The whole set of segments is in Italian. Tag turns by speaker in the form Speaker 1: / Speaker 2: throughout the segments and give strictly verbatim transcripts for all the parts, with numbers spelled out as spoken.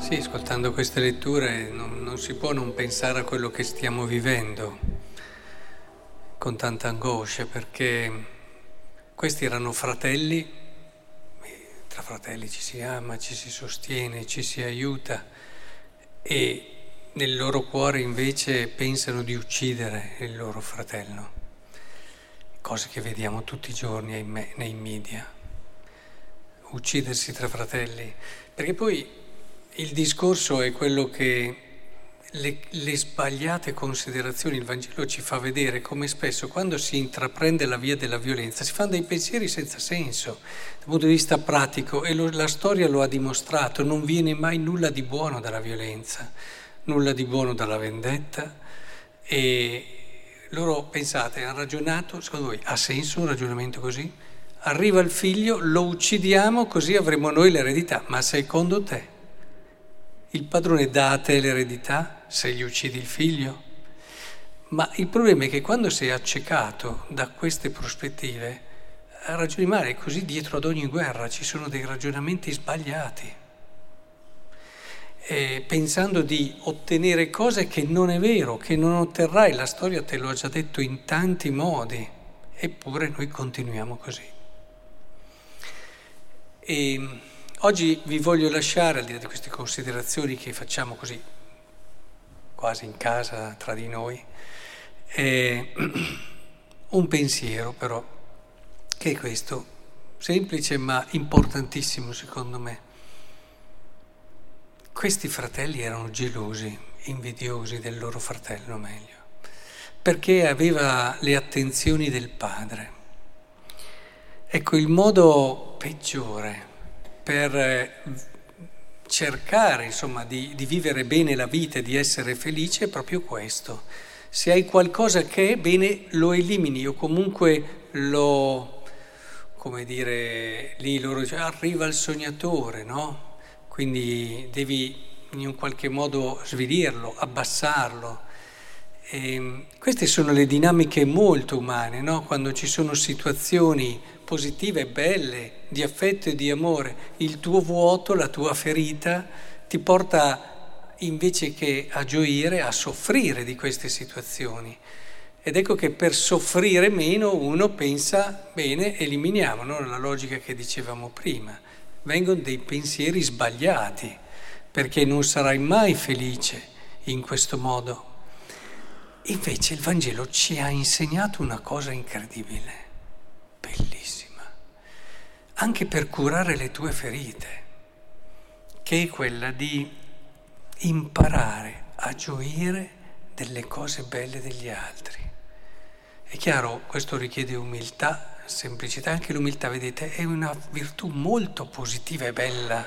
Speaker 1: Sì, ascoltando queste letture non, non si può non pensare a quello che stiamo vivendo con tanta angoscia, perché questi erano fratelli, e tra fratelli ci si ama, ci si sostiene, ci si aiuta, e nel loro cuore invece pensano di uccidere il loro fratello, cose che vediamo tutti i giorni ahimè, nei media, uccidersi tra fratelli, perché poi il discorso è quello che le, le sbagliate considerazioni, il Vangelo ci fa vedere come spesso quando si intraprende la via della violenza si fanno dei pensieri senza senso dal punto di vista pratico, e lo, la storia lo ha dimostrato, non viene mai nulla di buono dalla violenza, nulla di buono dalla vendetta. E loro, pensate, hanno ragionato, secondo voi ha senso un ragionamento così? Arriva il figlio, lo uccidiamo così avremo noi l'eredità, ma secondo te il padrone dà a te l'eredità se gli uccidi il figlio? Ma il problema è che quando sei accecato da queste prospettive, ragioni male, così dietro ad ogni guerra ci sono dei ragionamenti sbagliati, e pensando di ottenere cose che non è vero, che non otterrai, la storia te lo ha già detto in tanti modi, eppure noi continuiamo così. E oggi vi voglio lasciare, al di là di queste considerazioni che facciamo così, quasi in casa tra di noi, eh, un pensiero però, che è questo, semplice ma importantissimo secondo me. Questi fratelli erano gelosi, invidiosi del loro fratello meglio, perché aveva le attenzioni del padre. Ecco, il modo peggiore per cercare, insomma, di, di vivere bene la vita e di essere felice è proprio questo. Se hai qualcosa che è bene, lo elimini o comunque lo, come dire, lì loro dicono, arriva il sognatore, no? Quindi devi in un qualche modo svilirlo, abbassarlo. E queste sono le dinamiche molto umane, no? Quando ci sono situazioni positive e belle, di affetto e di amore, il tuo vuoto, la tua ferita ti porta invece che a gioire, a soffrire di queste situazioni. Ed ecco che per soffrire meno uno pensa, bene, eliminiamo, no? La logica che dicevamo prima. Vengono dei pensieri sbagliati, perché non sarai mai felice in questo modo. Invece il Vangelo ci ha insegnato una cosa incredibile, bellissima, anche per curare le tue ferite, che è quella di imparare a gioire delle cose belle degli altri. È chiaro, questo richiede umiltà, semplicità, anche l'umiltà, vedete, è una virtù molto positiva e bella,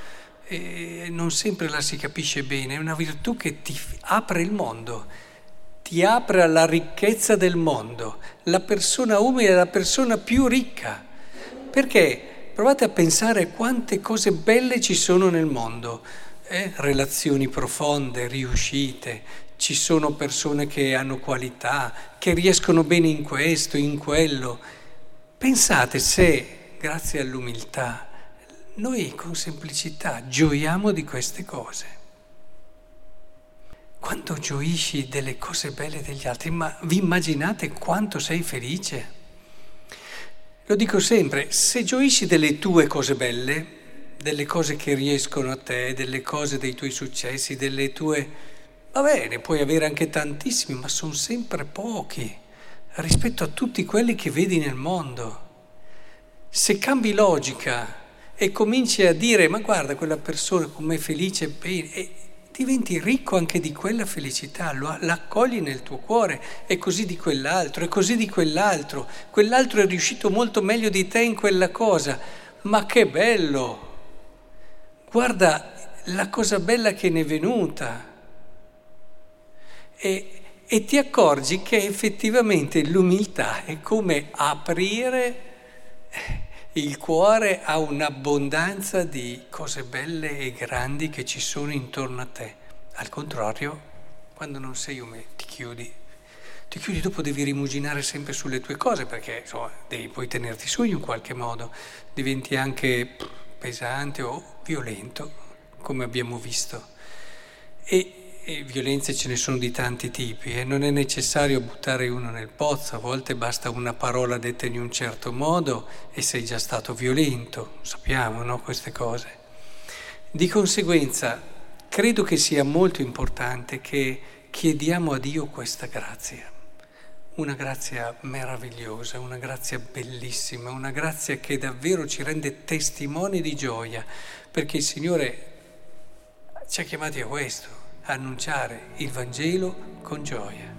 Speaker 1: e non sempre la si capisce bene, è una virtù che ti apre il mondo, ti apre alla ricchezza del mondo. La persona umile è la persona più ricca, perché provate a pensare quante cose belle ci sono nel mondo, eh? Relazioni profonde, riuscite, ci sono persone che hanno qualità, che riescono bene in questo, in quello. Pensate se, grazie all'umiltà, noi con semplicità gioiamo di queste cose. Quando gioisci delle cose belle degli altri, ma vi immaginate quanto sei felice? Lo dico sempre, se gioisci delle tue cose belle, delle cose che riescono a te, delle cose dei tuoi successi, delle tue... va bene, puoi avere anche tantissimi, ma sono sempre pochi rispetto a tutti quelli che vedi nel mondo. Se cambi logica e cominci a dire, ma guarda quella persona com'è felice, bene, e diventi ricco anche di quella felicità, lo, l'accogli nel tuo cuore, e così di quell'altro, e così di quell'altro. Quell'altro è riuscito molto meglio di te in quella cosa, ma che bello! Guarda la cosa bella che ne è venuta. E, e ti accorgi che effettivamente l'umiltà è come aprire il cuore a un'abbondanza di cose belle e grandi che ci sono intorno a te. Al contrario, quando non sei umile, ti chiudi. Ti chiudi, dopo devi rimuginare sempre sulle tue cose, perché insomma, devi poi tenerti su in qualche modo. Diventi anche pesante o violento come abbiamo visto. E, e violenze ce ne sono di tanti tipi e non è necessario buttare uno nel pozzo, a volte basta una parola detta in un certo modo e sei già stato violento, sappiamo, no, queste cose. Di conseguenza credo che sia molto importante che chiediamo a Dio questa grazia. Una grazia meravigliosa, una grazia bellissima, una grazia che davvero ci rende testimoni di gioia, perché il Signore ci ha chiamati a questo, a annunciare il Vangelo con gioia.